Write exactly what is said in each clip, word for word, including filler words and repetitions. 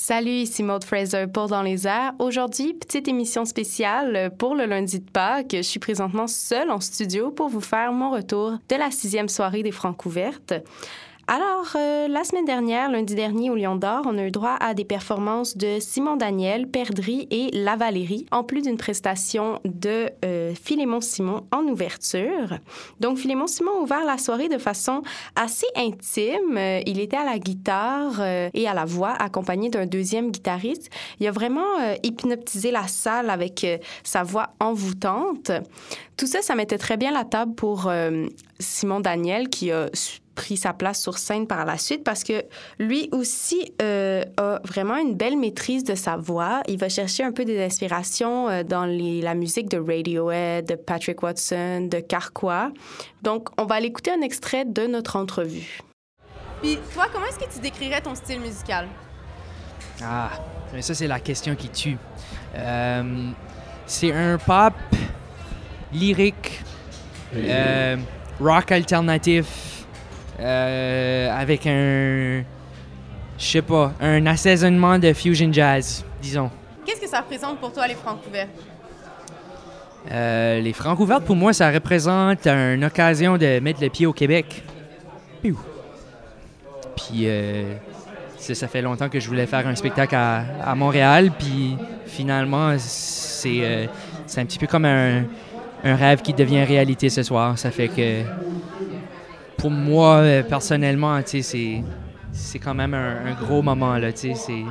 Salut, ici Maud Fraser pour Dans les airs. Aujourd'hui, petite émission spéciale pour le lundi de Pâques. Je suis présentement seule en studio pour vous faire mon retour de la sixième soirée des Francouvertes. Alors, euh, la semaine dernière, lundi dernier, au Lion d'Or, on a eu droit à des performances de Simon Daniel, Perdrix et La Valérie, en plus d'une prestation de euh, Philémon Simon en ouverture. Donc, Philémon Simon a ouvert la soirée de façon assez intime. Euh, il était à la guitare euh, et à la voix, accompagné d'un deuxième guitariste. Il a vraiment euh, hypnotisé la salle avec euh, sa voix envoûtante. Tout ça, ça mettait très bien la table pour euh, Simon Daniel, qui a pris sa place sur scène par la suite parce que lui aussi euh, a vraiment une belle maîtrise de sa voix. Il va chercher un peu des inspirations euh, dans les, la musique de Radiohead, de Patrick Watson, de Carquois. Donc, on va aller écouter un extrait de notre entrevue. Puis toi, comment est-ce que tu décrirais ton style musical? Ah, mais ça, c'est la question qui tue. Euh, c'est un pop lyrique, euh, rock alternatif, Euh, avec un, je sais pas, un assaisonnement de fusion jazz, disons. Qu'est-ce que ça représente pour toi, les Francouvertes? Euh, les Francouvertes, pour moi, ça représente une occasion de mettre le pied au Québec. Puis euh, ça, ça fait longtemps que je voulais faire un spectacle à, à Montréal, puis finalement, c'est, euh, c'est un petit peu comme un, un rêve qui devient réalité ce soir. Ça fait que pour moi, personnellement, tu sais, c'est, c'est quand même un, un gros moment, là, tu sais, c'est...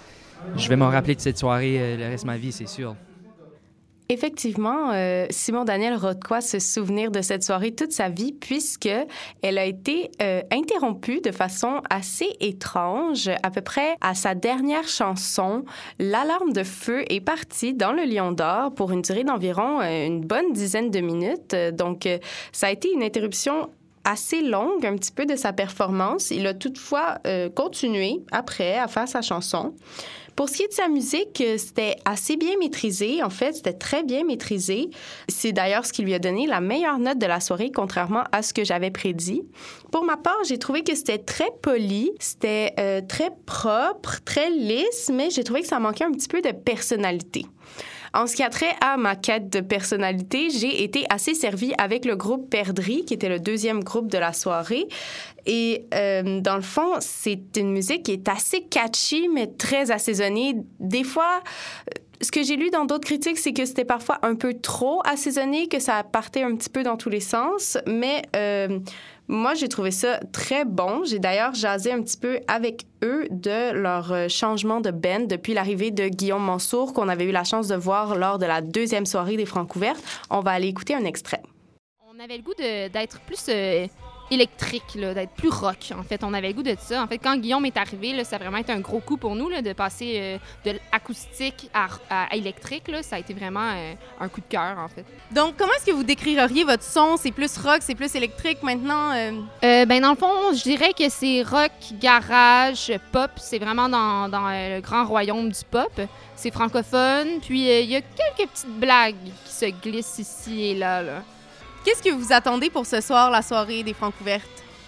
Je vais m'en rappeler de cette soirée euh, le reste de ma vie, c'est sûr. Effectivement, euh, Simon Daniel aura de quoi se souvenir de cette soirée toute sa vie puisque elle a été euh, interrompue de façon assez étrange. À peu près à sa dernière chanson, l'alarme de feu est partie dans le Lion d'Or pour une durée d'environ euh, une bonne dizaine de minutes. Donc, euh, ça a été une interruption assez longue, un petit peu, de sa performance. Il a toutefois euh, continué après à faire sa chanson. Pour ce qui est de sa musique, c'était assez bien maîtrisé. En fait, c'était très bien maîtrisé. C'est d'ailleurs ce qui lui a donné la meilleure note de la soirée, contrairement à ce que j'avais prédit. Pour ma part, j'ai trouvé que c'était très poli, c'était euh, très propre, très lisse, mais j'ai trouvé que ça manquait un petit peu de personnalité. En ce qui a trait à ma quête de personnalité, j'ai été assez servie avec le groupe Perdrix, qui était le deuxième groupe de la soirée. Et euh, dans le fond, c'est une musique qui est assez catchy, mais très assaisonnée. Des fois, ce que j'ai lu dans d'autres critiques, c'est que c'était parfois un peu trop assaisonné, que ça partait un petit peu dans tous les sens. Mais euh, moi, j'ai trouvé ça très bon. J'ai d'ailleurs jasé un petit peu avec eux de leur changement de band depuis l'arrivée de Guillaume Mansour, qu'on avait eu la chance de voir lors de la deuxième soirée des Francouvertes. On va aller écouter un extrait. On avait le goût de, d'être plus euh, électrique, là, d'être plus rock, en fait. On avait le goût de ça. En fait, quand Guillaume est arrivé, là, ça a vraiment été un gros coup pour nous, là, de passer euh, de l'acoustique à, à, à électrique. Là. Ça a été vraiment euh, un coup de cœur, en fait. Donc, comment est-ce que vous décririez votre son? C'est plus rock, c'est plus électrique maintenant? Euh... Euh, ben, dans le fond, je dirais que c'est rock, garage, pop. C'est vraiment dans, dans euh, le grand royaume du pop. C'est francophone. Puis, il euh, y a quelques petites blagues qui se glissent ici et là, là. Qu'est-ce que vous attendez pour ce soir, la soirée des Francouvertes?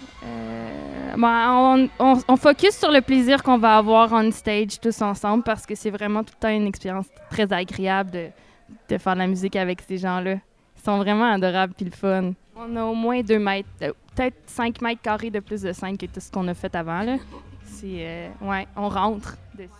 Euh, ben, on, on, on focus sur le plaisir qu'on va avoir on stage tous ensemble parce que c'est vraiment tout le temps une expérience très agréable de, de faire de la musique avec ces gens-là. Ils sont vraiment adorables puis le fun. On a au moins deux mètres, euh, peut-être cinq mètres carrés de plus de scène que tout ce qu'on a fait avant, là. C'est, euh, ouais, on rentre dessus.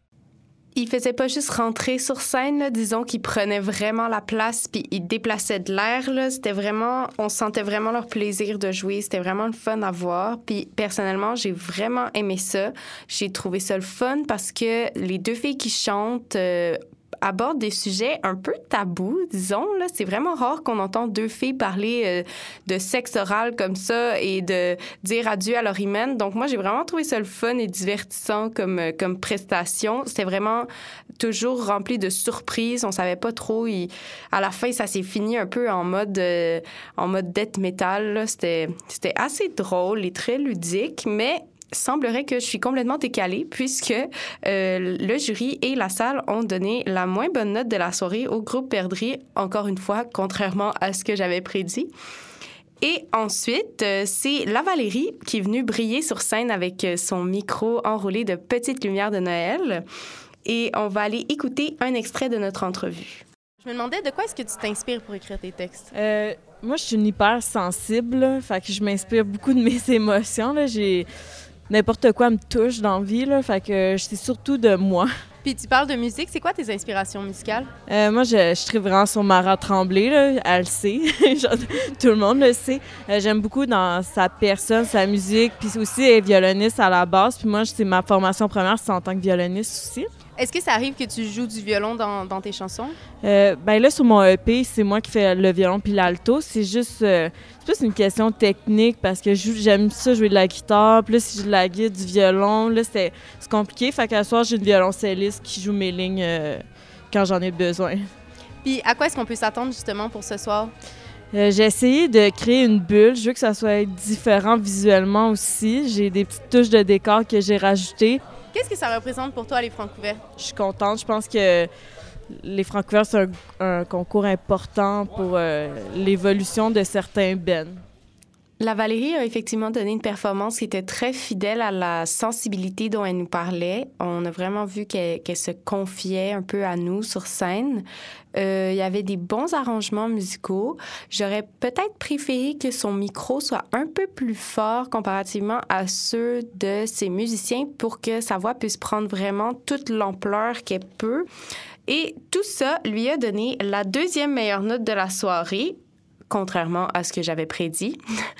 Il faisait pas juste rentrer sur scène, là, disons qu'il prenait vraiment la place puis il déplaçait de l'air, là. C'était vraiment, on sentait vraiment leur plaisir de jouer. C'était vraiment le fun à voir. Puis personnellement, j'ai vraiment aimé ça. J'ai trouvé ça le fun parce que les deux filles qui chantent euh, abordent des sujets un peu tabous, disons, là. C'est vraiment rare qu'on entende deux filles parler euh, de sexe oral comme ça et de dire adieu à leur hymen. Donc moi, j'ai vraiment trouvé ça le fun et divertissant comme, euh, comme prestation. C'était vraiment toujours rempli de surprises. On savait pas trop. Il... À la fin, ça s'est fini un peu en mode, euh, en mode death metal, là. C'était, c'était assez drôle et très ludique, mais semblerait que je suis complètement décalée puisque euh, le jury et la salle ont donné la moins bonne note de la soirée au groupe Perdrix, encore une fois, contrairement à ce que j'avais prédit. Et ensuite, euh, c'est la Valérie qui est venue briller sur scène avec son micro enroulé de petites lumières de Noël. Et on va aller écouter un extrait de notre entrevue. Je me demandais de quoi est-ce que tu t'inspires pour écrire tes textes? Euh, moi, je suis une hyper sensible, là, fait que je m'inspire beaucoup de mes émotions. Là. J'ai... N'importe quoi me touche dans la vie, là, fait que c'est surtout de moi. Puis tu parles de musique, c'est quoi tes inspirations musicales? Euh, moi, je, je tripe vraiment sur Mara Tremblay, là, elle le sait, Genre, tout le monde le sait. Euh, j'aime beaucoup dans sa personne, sa musique, puis aussi elle est violoniste à la base, puis moi, c'est ma formation première, c'est en tant que violoniste aussi. Est-ce que ça arrive que tu joues du violon dans, dans tes chansons? Euh, ben là, sur mon E P, c'est moi qui fais le violon puis l'alto. C'est juste... Euh, c'est plus une question technique parce que je, j'aime ça jouer de la guitare. Puis là, si j'ai de la guitare, du violon, là, c'est, c'est compliqué. Fait qu'à soir, j'ai une violoncelliste qui joue mes lignes euh, quand j'en ai besoin. Puis à quoi est-ce qu'on peut s'attendre justement pour ce soir? Euh, j'ai essayé de créer une bulle. Je veux que ça soit différent visuellement aussi. J'ai des petites touches de décor que j'ai rajoutées. Qu'est-ce que ça représente pour toi, les Francs ouverts? Je suis contente. Je pense que les Francs ouverts, c'est un, un concours important pour euh, l'évolution de certains bands. La Valérie a effectivement donné une performance qui était très fidèle à la sensibilité dont elle nous parlait. On a vraiment vu qu'elle, qu'elle se confiait un peu à nous sur scène. Euh, il y avait des bons arrangements musicaux. J'aurais peut-être préféré que son micro soit un peu plus fort comparativement à ceux de ses musiciens pour que sa voix puisse prendre vraiment toute l'ampleur qu'elle peut. Et tout ça lui a donné la deuxième meilleure note de la soirée, contrairement à ce que j'avais prédit.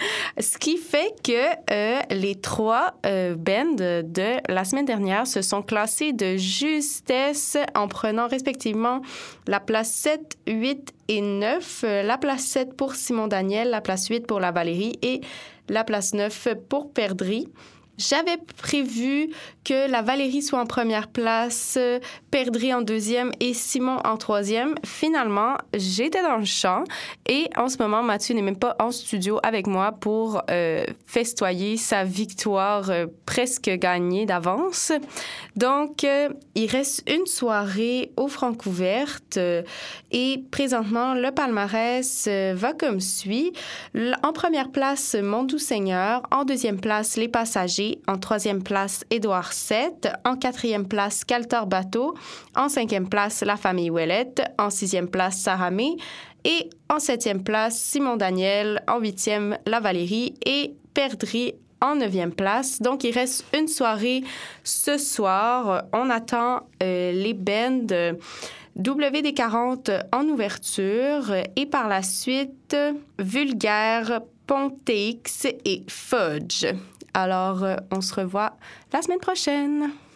Ce qui fait que euh, les trois euh, bands de la semaine dernière se sont classés de justesse en prenant respectivement la place sept, huit et neuf. La place sept pour Simon Daniel, la place huit pour la Valérie et la place neuf pour Perdrix. J'avais prévu que la Valérie soit en première place, Perdrix en deuxième et Simon en troisième. Finalement, j'étais dans le champ et en ce moment, Mathieu n'est même pas en studio avec moi pour euh, festoyer sa victoire euh, presque gagnée d'avance. Donc, euh, il reste une soirée aux Francouvertes euh, et présentement, le palmarès euh, va comme suit. En première place, Mon Doux Seigneur. En deuxième place, Les Passagers. En troisième place, Édouard sept. En quatrième place, Caltor Bateau. En cinquième place, La Famille Ouellette. En sixième place, Sarah May. Et en septième place, Simon Daniel. En huitième, La Valérie. Et Perdrix en neuvième place. Donc, il reste une soirée ce soir. On attend euh, les bands euh, W D quarante en ouverture et par la suite, Vulgaire, Pontex et Fudge. Alors, euh, on se revoit la semaine prochaine.